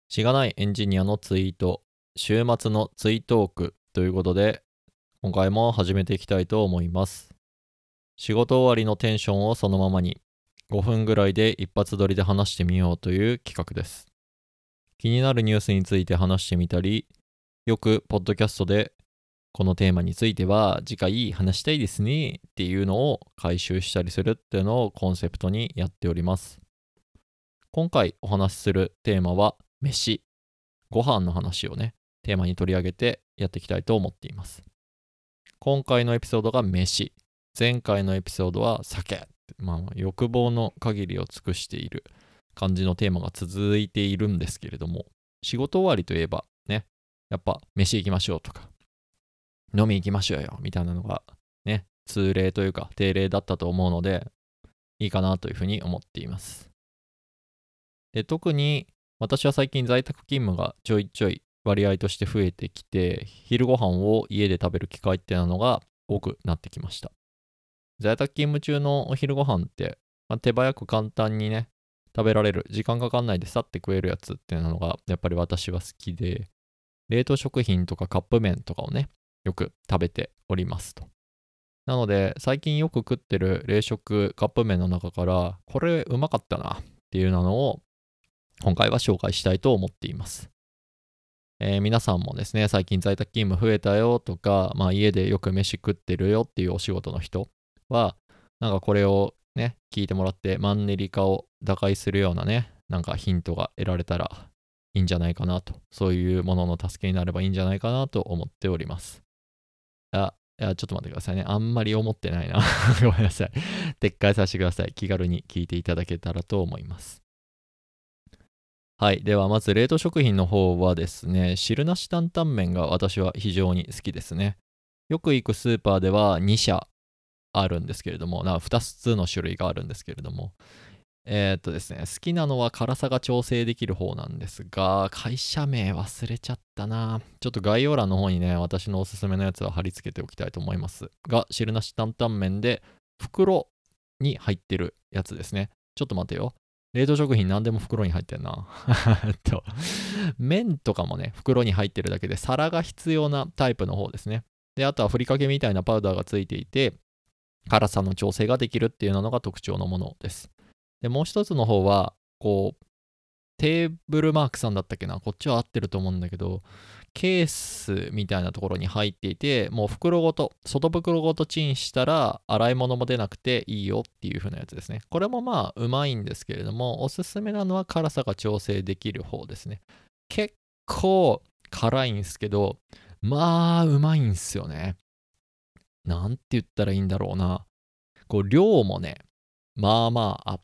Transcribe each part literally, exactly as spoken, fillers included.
しがないエンジニアのツイート、週末のツイートークということで、今回も始めていきたいと思います。仕事終わりのテンションをそのままに、ごふんぐらいで一発撮りで話してみようという企画です。気になるニュースについて話してみたり、よくポッドキャストでこのテーマについては次回話したいですねっていうのを回収したりするっていうのをコンセプトにやっております。今回お話しするテーマは飯。ご飯の話をね、テーマに取り上げてやっていきたいと思っています。今回のエピソードが飯。前回のエピソードは酒。まあ、欲望の限りを尽くしている感じのテーマが続いているんですけれども、仕事終わりといえばね、やっぱ飯行きましょうとか、飲み行きましょうよみたいなのがね、通例というか定例だったと思うので、いいかなというふうに思っています。で、特に私は最近在宅勤務がちょいちょい割合として増えてきて、昼ご飯を家で食べる機会っていうのが多くなってきました。在宅勤務中のお昼ご飯って、まあ、手早く簡単にね、食べられる、時間かかんないでさって食えるやつっていうのがやっぱり私は好きで、冷凍食品とかカップ麺とかをね、よく食べておりますと。なので、最近よく食ってる冷食カップ麺の中から、これうまかったなっていうのを今回は紹介したいと思っています。えー皆さんもですね、最近在宅勤務増えたよとか、まあ家でよく飯食ってるよっていうお仕事の人は、なんかこれをね、聞いてもらってマンネリ化を打開するようなね、なんかヒントが得られたらいいんじゃないかなと、そういうものの助けになればいいんじゃないかなと思っております。あ、いや、ちょっと待ってくださいね。あんまり思ってないな。ごめんなさい。撤回させてください。気軽に聞いていただけたらと思います。はい。では、まず冷凍食品の方はですね、汁なし担々麺が私は非常に好きですね。よく行くスーパーではに社あるんですけれども、なふたつの種類があるんですけれども、えー、っとですね、好きなのは辛さが調整できる方なんですが、会社名忘れちゃったな。ちょっと概要欄の方にね、私のおすすめのやつは貼り付けておきたいと思いますが、汁なし担々麺で袋に入ってるやつですね。ちょっと待てよ。冷凍食品何でも袋に入ってんな。えっと、麺とかもね、袋に入ってるだけで、皿が必要なタイプの方ですね。で、あとはふりかけみたいなパウダーがついていて、辛さの調整ができるっていうのが特徴のものです。で、もう一つの方は、こう、テーブルマークさんだったっけな、こっちは合ってると思うんだけど、ケースみたいなところに入っていて、もう袋ごと、外袋ごとチンしたら、洗い物も出なくていいよっていう風なやつですね。これもまあ、うまいんですけれども、おすすめなのは辛さが調整できる方ですね。結構辛いんですけど、まあ、うまいんすよね。なんて言ったらいいんだろうな。こう、量もね、まあまああって、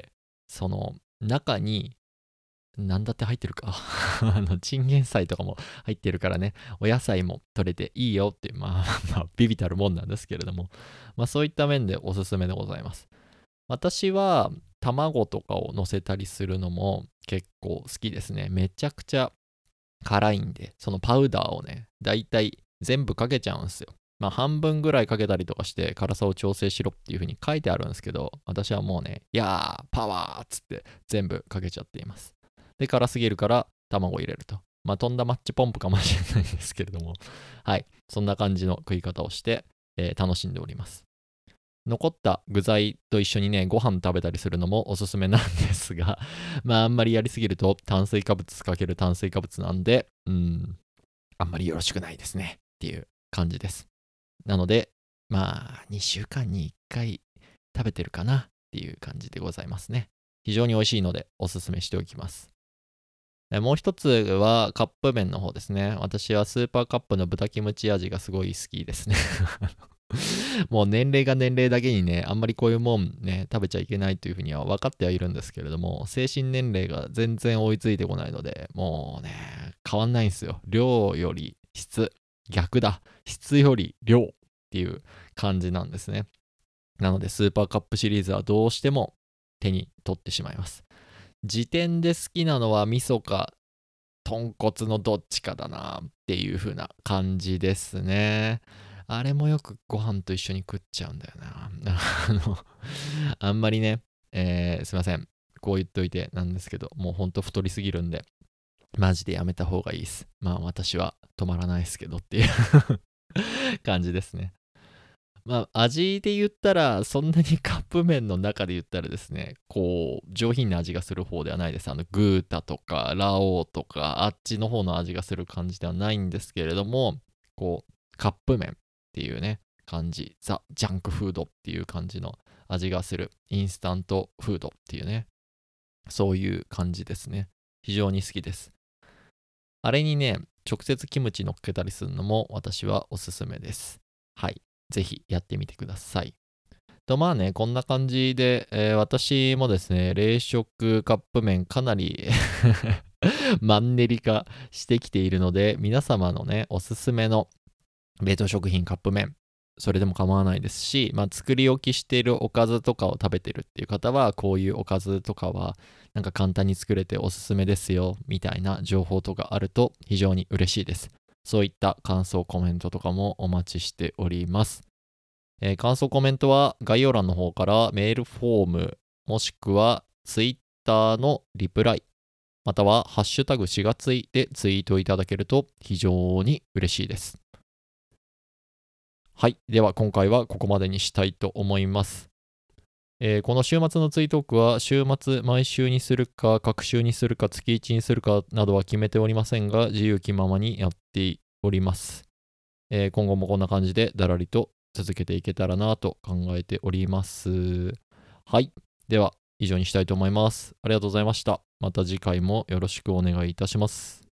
その、中になんだって入ってるか。あの、チンゲン菜とかも入ってるからね、お野菜も取れていいよっていう、まあ、まあ、ビビたるもんなんですけれども、まあそういった面でおすすめでございます。私は卵とかを乗せたりするのも結構好きですね。めちゃくちゃ辛いんで、そのパウダーをね、だいたい全部かけちゃうんですよ。まあ半分ぐらいかけたりとかして辛さを調整しろっていう風に書いてあるんですけど、私はもうね、いやー、パワーっつって全部かけちゃっています。で、辛すぎるから卵を入れると。まあ、飛んだマッチポンプかもしれないですけれども、はい。そんな感じの食い方をして、えー楽しんでおります。残った具材と一緒にね、ご飯食べたりするのもおすすめなんですが、まあ、あんまりやりすぎると炭水化物かける炭水化物なんで、うん、あんまりよろしくないですねっていう感じです。なので、まあ、にしゅうかんにいっかい食べてるかなっていう感じでございますね。非常に美味しいのでおすすめしておきます。もう一つはカップ麺の方ですね。私はスーパーカップの豚キムチ味がすごい好きですね。もう年齢が年齢だけにね、あんまりこういうもんね、食べちゃいけないというふうには分かってはいるんですけれども、精神年齢が全然追いついてこないので、もうね、変わんないんですよ。量より質。逆だ。質より量っていう感じなんですね。なので、スーパーカップシリーズはどうしても手に取ってしまいます。時点で好きなのは味噌か豚骨のどっちかだなっていう風な感じですね。あれもよくご飯と一緒に食っちゃうんだよな。あの、あんまりね、えーすいません。こう言っといてなんですけど、もうほんと太りすぎるんで、 マジでやめた方がいいです。まあ私は止まらないですけどっていう感じですね。まあ味で言ったら、そんなにカップ麺の中で言ったらですね、こう上品な味がする方ではないです。あのグータとかラオウとかあっちの方の味がする感じではないんですけれども、こうカップ麺っていうね、感じ、ザ・ジャンクフードっていう感じの味がする、インスタントフードっていうね、そういう感じですね。非常に好きです。あれにね、直接キムチ乗っけたりするのも私はおすすめです。はい。ぜひやってみてください。とまあね、こんな感じで、えー私もですね、冷食カップ麺かなりマンネリ化してきているので、皆様のね、おすすめの冷凍食品カップ麺、それでも構わないですし、まあ、作り置きしているおかずとかを食べてるっていう方は、こういうおかずとかは、なんか簡単に作れておすすめですよ、みたいな情報とかあると非常に嬉しいです。そういった感想、コメントとかもお待ちしております。えー感想、コメントは概要欄の方からメールフォーム、もしくは Twitter のリプライ、またはハッシュタグしがついでツイートいただけると非常に嬉しいです。はい。では今回はここまでにしたいと思います。えーこの週末のツイートークは週末毎週にするか、各週にするか、月いちにするかなどは決めておりませんが、自由気ままにやっております。えー今後もこんな感じでだらりと続けていけたらなと考えております。はい。では以上にしたいと思います。ありがとうございました。また次回もよろしくお願いいたします。